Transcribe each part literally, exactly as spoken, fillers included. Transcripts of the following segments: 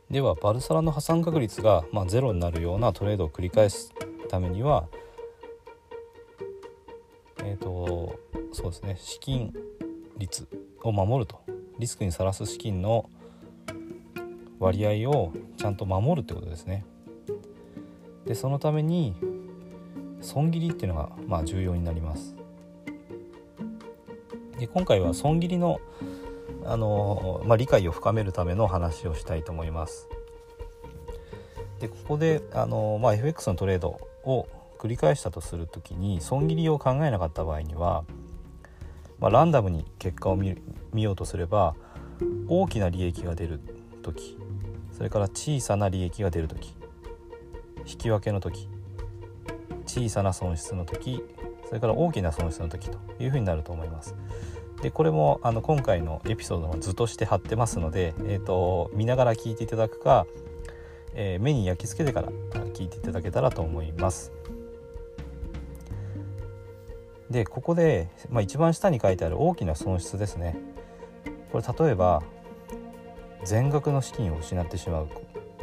ではバルサラの破産確率が、まあ、ゼロになるようなトレードを繰り返すためにはえーとそうですね資金率を守ると、リスクにさらす資金の割合をちゃんと守るってことですね。でそのために損切りっていうのがまあ重要になります。で今回は損切りの、あの、まあ、理解を深めるための話をしたいと思います。でここで、あの、まあ、エフエックス のトレードを繰り返したとするときに損切りを考えなかった場合には、まあ、ランダムに結果を 見, 見ようとすれば大きな利益が出るとき、それから小さな利益が出るとき、引き分けのとき、小さな損失のとき、それから大きな損失のときというふうになると思います。でこれもあの今回のエピソードの図として貼ってますので、えーと、見ながら聞いていただくか、えー、目に焼き付けてから聞いていただけたらと思います。でここで、まあ、一番下に書いてある大きな損失ですね。これ例えば全額の資金を失ってしまう、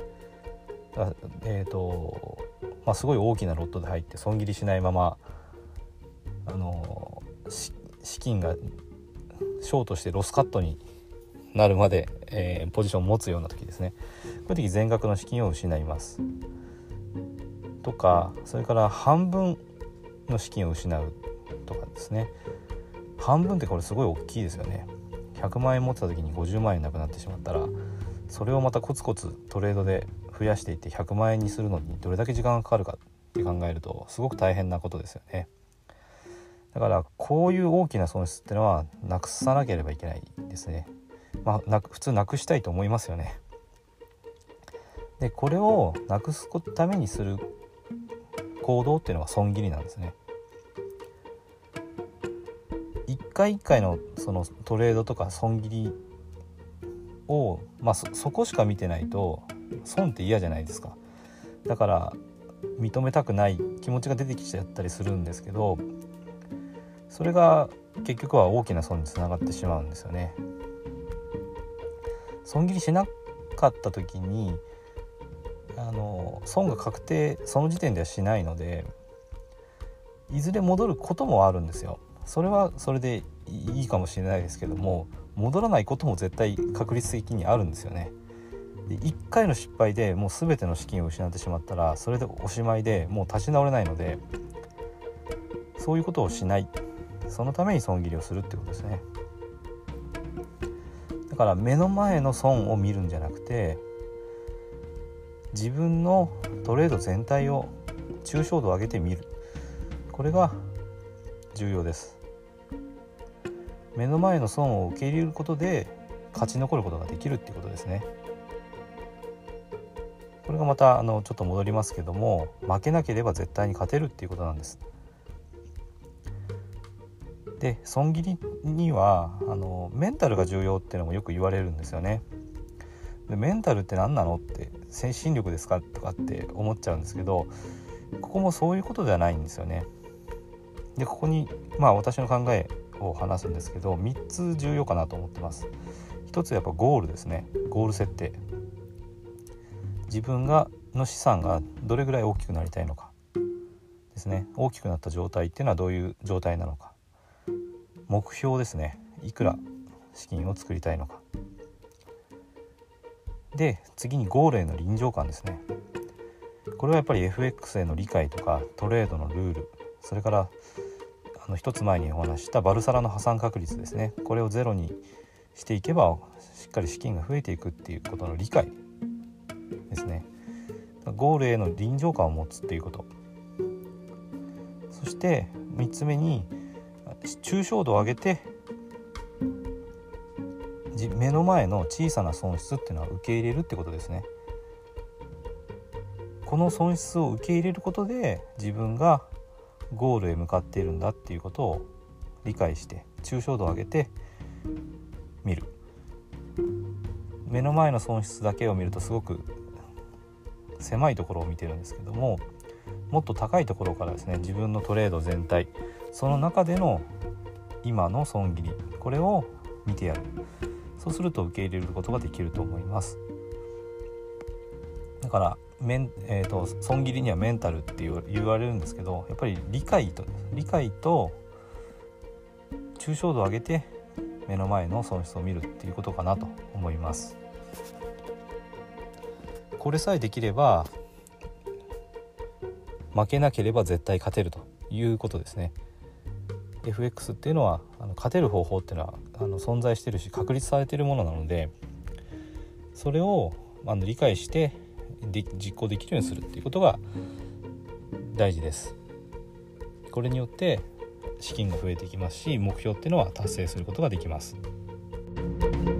えーとまあ、すごい大きなロットで入って損切りしないままあの資金がショートしてロスカットになるまで、えー、ポジションを持つような時ですね。こういう時全額の資金を失いますとか、それから半分の資金を失うとかですね。半分ってこれすごい大きいですよね。ひゃくまんえん持ってた時にごじゅうまんえんなくなってしまったら、それをまたコツコツトレードで増やしていってひゃくまんえんにするのにどれだけ時間がかかるかって考えるとすごく大変なことですよね。だからこういう大きな損失ってのはなくさなければいけないですね。まあ、なく普通なくしたいと思いますよね。でこれをなくすためにする行動っていうのが損切りなんですね。一回一回のそのトレードとか損切りを、まあ、そ, そこしか見てないと損って嫌じゃないですか。だから認めたくない気持ちが出てきちゃったりするんですけど、それが結局は大きな損につながってしまうんですよね。損切りしなかった時にあの損が確定その時点ではしないので、いずれ戻ることもあるんですよ。それはそれでいいかもしれないですけども、戻らないことも絶対確率的にあるんですよね。でいっかいの失敗でもう全ての資金を失ってしまったらそれでおしまいでもう立ち直れないので、そういうことをしない、そのために損切りをするってことですね。だから目の前の損を見るんじゃなくて、自分のトレード全体を抽象度を上げてみる、これが重要です。目の前の損を受け入れることで勝ち残ることができるっていうことですね。これがまたあのちょっと戻りますけども、負けなければ絶対に勝てるっていうことなんです。で損切りにはあのメンタルが重要っていうのもよく言われるんですよね。でメンタルって何なのって、精神力ですかとかって思っちゃうんですけど、ここもそういうことではないんですよね。でここにまあ私の考えを話すんですけど、みっつ重要かなと思ってます。ひとつやっぱゴールですね。ゴール設定、自分がの資産がどれぐらい大きくなりたいのかですね。大きくなった状態っていうのはどういう状態なのか、目標ですね。いくら資金を作りたいのか。で次にゴールへの臨場感ですね。これはやっぱり エフエックス への理解とかトレードのルール、それからあの一つ前にお話したバルサラの破産確率ですね。これをゼロにしていけばしっかり資金が増えていくっていうことの理解ですね。ゴールへの臨場感を持つっていうこと。そしてみっつめに抽象度を上げて目の前の小さな損失っていうのは受け入れるってことですね。この損失を受け入れることで自分がゴールへ向かっているんだっていうことを理解して抽象度を上げて見る。目の前の損失だけを見るとすごく狭いところを見てるんですけども、もっと高いところからですね、自分のトレード全体、その中での今の損切り、これを見てやる。そうすると受け入れることができると思います。 だからメン、えー、と損切りにはメンタルって言わ、言われるんですけど、やっぱり理解と理解と抽象度を上げて目の前の損失を見るっていうことかなと思います。これさえできれば負けなければ絶対勝てるということですね。 エフエックス っていうのはあの勝てる方法っていうのはあの存在してるし確立されているものなので、それをあの理解してで実行できるようにするっていうことが大事です。これによって資金が増えていきますし、目標っていうのは達成することができます。